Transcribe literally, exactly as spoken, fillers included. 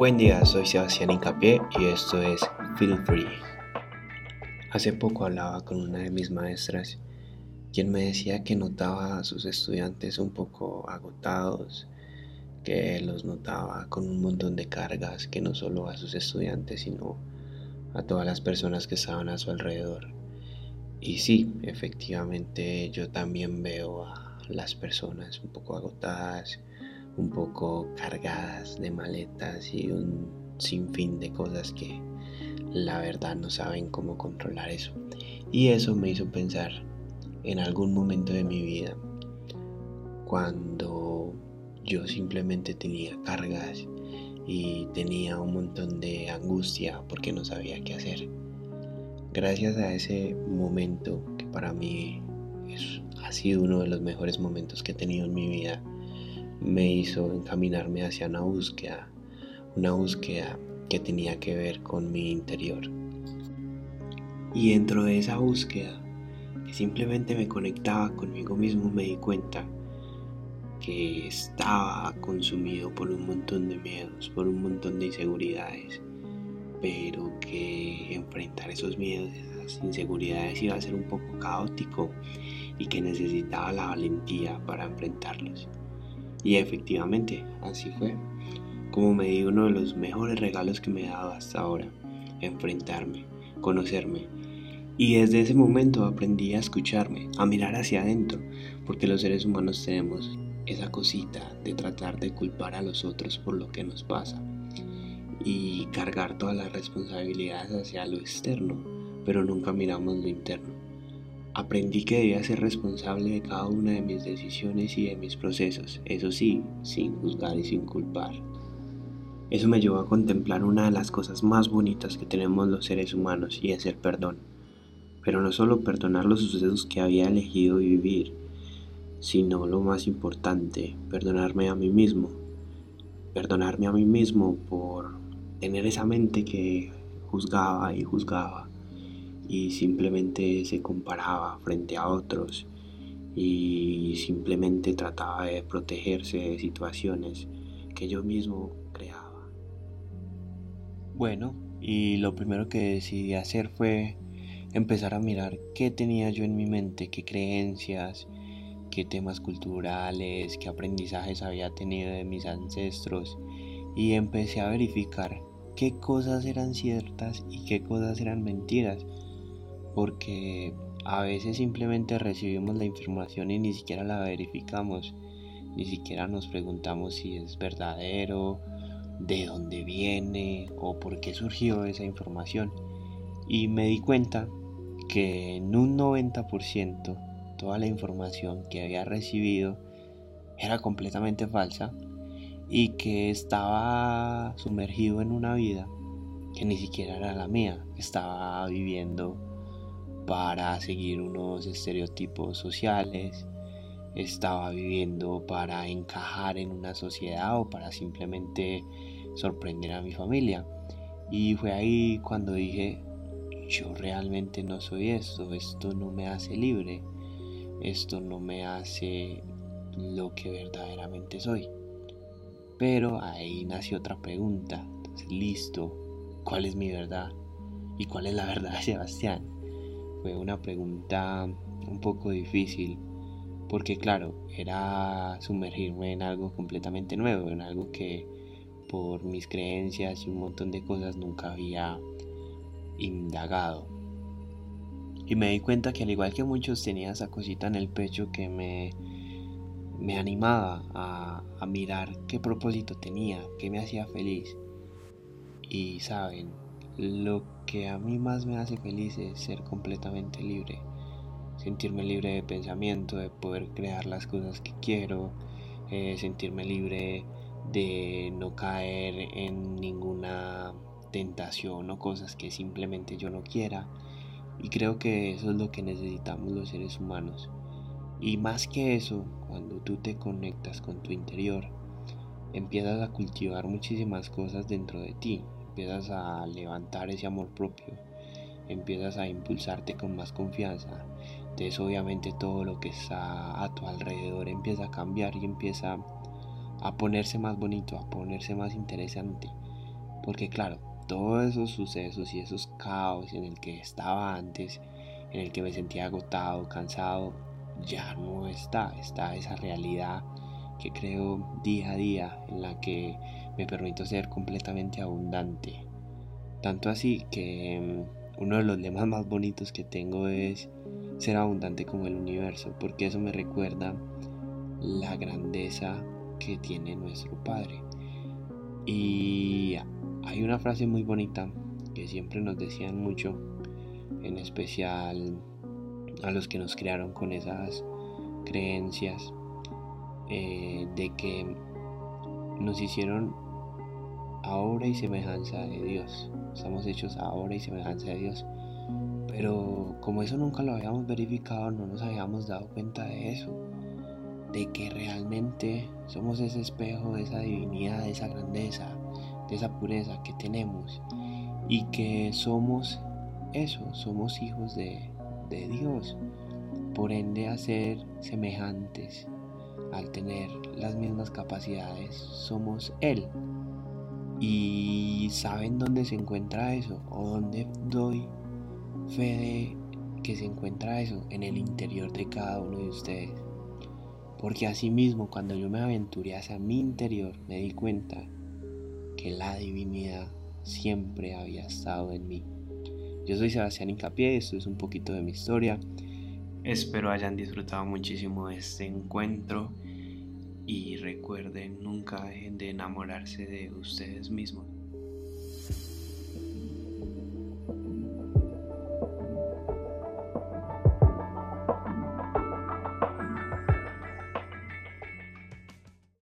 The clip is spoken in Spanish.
Buen día, soy Sebastián Incapié y esto es Feel Free. Hace poco hablaba con una de mis maestras, quien me decía que notaba a sus estudiantes un poco agotados, que los notaba con un montón de cargas, que no solo a sus estudiantes, sino a todas las personas que estaban a su alrededor. Y sí, efectivamente yo también veo a las personas un poco agotadas, un poco cargadas de maletas y un sinfín de cosas que la verdad no saben cómo controlar eso. Y eso me hizo pensar en algún momento de mi vida cuando yo simplemente tenía cargas y tenía un montón de angustia porque no sabía qué hacer. Gracias a ese momento, que para mí es, ha sido uno de los mejores momentos que he tenido en mi vida, me hizo encaminarme hacia una búsqueda, una búsqueda que tenía que ver con mi interior. Y dentro de esa búsqueda, que simplemente me conectaba conmigo mismo, me di cuenta que estaba consumido por un montón de miedos, por un montón de inseguridades, pero que enfrentar esos miedos, esas inseguridades iba a ser un poco caótico y que necesitaba la valentía para enfrentarlos. Y efectivamente, así fue, como me di uno de los mejores regalos que me he dado hasta ahora, enfrentarme, conocerme. Y desde ese momento aprendí a escucharme, a mirar hacia adentro, porque los seres humanos tenemos esa cosita de tratar de culpar a los otros por lo que nos pasa y cargar todas las responsabilidades hacia lo externo, pero nunca miramos lo interno. Aprendí que debía ser responsable de cada una de mis decisiones y de mis procesos, eso sí, sin juzgar y sin culpar. Eso me llevó a contemplar una de las cosas más bonitas que tenemos los seres humanos, y es el perdón. Pero no solo perdonar los sucesos que había elegido vivir, sino lo más importante, perdonarme a mí mismo. Perdonarme a mí mismo por tener esa mente que juzgaba y juzgaba y simplemente se comparaba frente a otros y simplemente trataba de protegerse de situaciones que yo mismo creaba. Bueno, y lo primero que decidí hacer fue empezar a mirar qué tenía yo en mi mente, qué creencias, qué temas culturales, qué aprendizajes había tenido de mis ancestros, y empecé a verificar qué cosas eran ciertas y qué cosas eran mentiras, porque a veces simplemente recibimos la información y ni siquiera la verificamos, ni siquiera nos preguntamos si es verdadero, de dónde viene o por qué surgió esa información. Y me di cuenta que en un noventa por ciento toda la información que había recibido era completamente falsa y que estaba sumergido en una vida que ni siquiera era la mía. Estaba viviendo para seguir unos estereotipos sociales, estaba viviendo para encajar en una sociedad o para simplemente sorprender a mi familia. Y fue ahí cuando dije, yo realmente no soy esto, esto no me hace libre, esto no me hace lo que verdaderamente soy. Pero ahí nació otra pregunta, entonces listo, ¿cuál es mi verdad? ¿Y cuál es la verdad de Sebastián? Fue una pregunta un poco difícil, porque claro, era sumergirme en algo completamente nuevo, en algo que por mis creencias y un montón de cosas nunca había indagado. Y me di cuenta que al igual que muchos tenía esa cosita en el pecho que me, me animaba a, a mirar qué propósito tenía, qué me hacía feliz. Y saben, lo que a mí más me hace feliz es ser completamente libre. Sentirme libre de pensamiento, de poder crear las cosas que quiero, eh, sentirme libre de no caer en ninguna tentación o cosas que simplemente yo no quiera. Y creo que eso es lo que necesitamos los seres humanos. Y más que eso, cuando tú te conectas con tu interior, empiezas a cultivar muchísimas cosas dentro de ti. Empiezas a levantar ese amor propio, empiezas a impulsarte con más confianza. Entonces obviamente todo lo que está a tu alrededor empieza a cambiar y empieza a ponerse más bonito, a ponerse más interesante. Porque claro, todos esos sucesos y esos caos en el que estaba antes, en el que me sentía agotado, cansado, ya no está. Está esa realidad que creo día a día, en la que me permito ser completamente abundante. Tanto así que mm, uno de los lemas más bonitos que tengo es ser abundante como el universo, porque eso me recuerda la grandeza que tiene nuestro Padre. Y hay una frase muy bonita que siempre nos decían mucho, en especial a los que nos crearon con esas creencias, eh, de que nos hicieron a obra y semejanza de Dios. Estamos hechos a obra y semejanza de Dios. Pero como eso nunca lo habíamos verificado, no nos habíamos dado cuenta de eso, de que realmente somos ese espejo de esa divinidad, de esa grandeza, de esa pureza que tenemos, y que somos eso, somos hijos de, de Dios. Por ende, a ser semejantes, al tener las mismas capacidades, somos Él. ¿Y saben dónde se encuentra eso? ¿O dónde doy fe de que se encuentra eso? En el interior de cada uno de ustedes. Porque asimismo, cuando yo me aventuré hacia mi interior, me di cuenta que la divinidad siempre había estado en mí. Yo soy Sebastián Hincapié y esto es un poquito de mi historia. Espero hayan disfrutado muchísimo de este encuentro y recuerden, nunca dejen de enamorarse de ustedes mismos.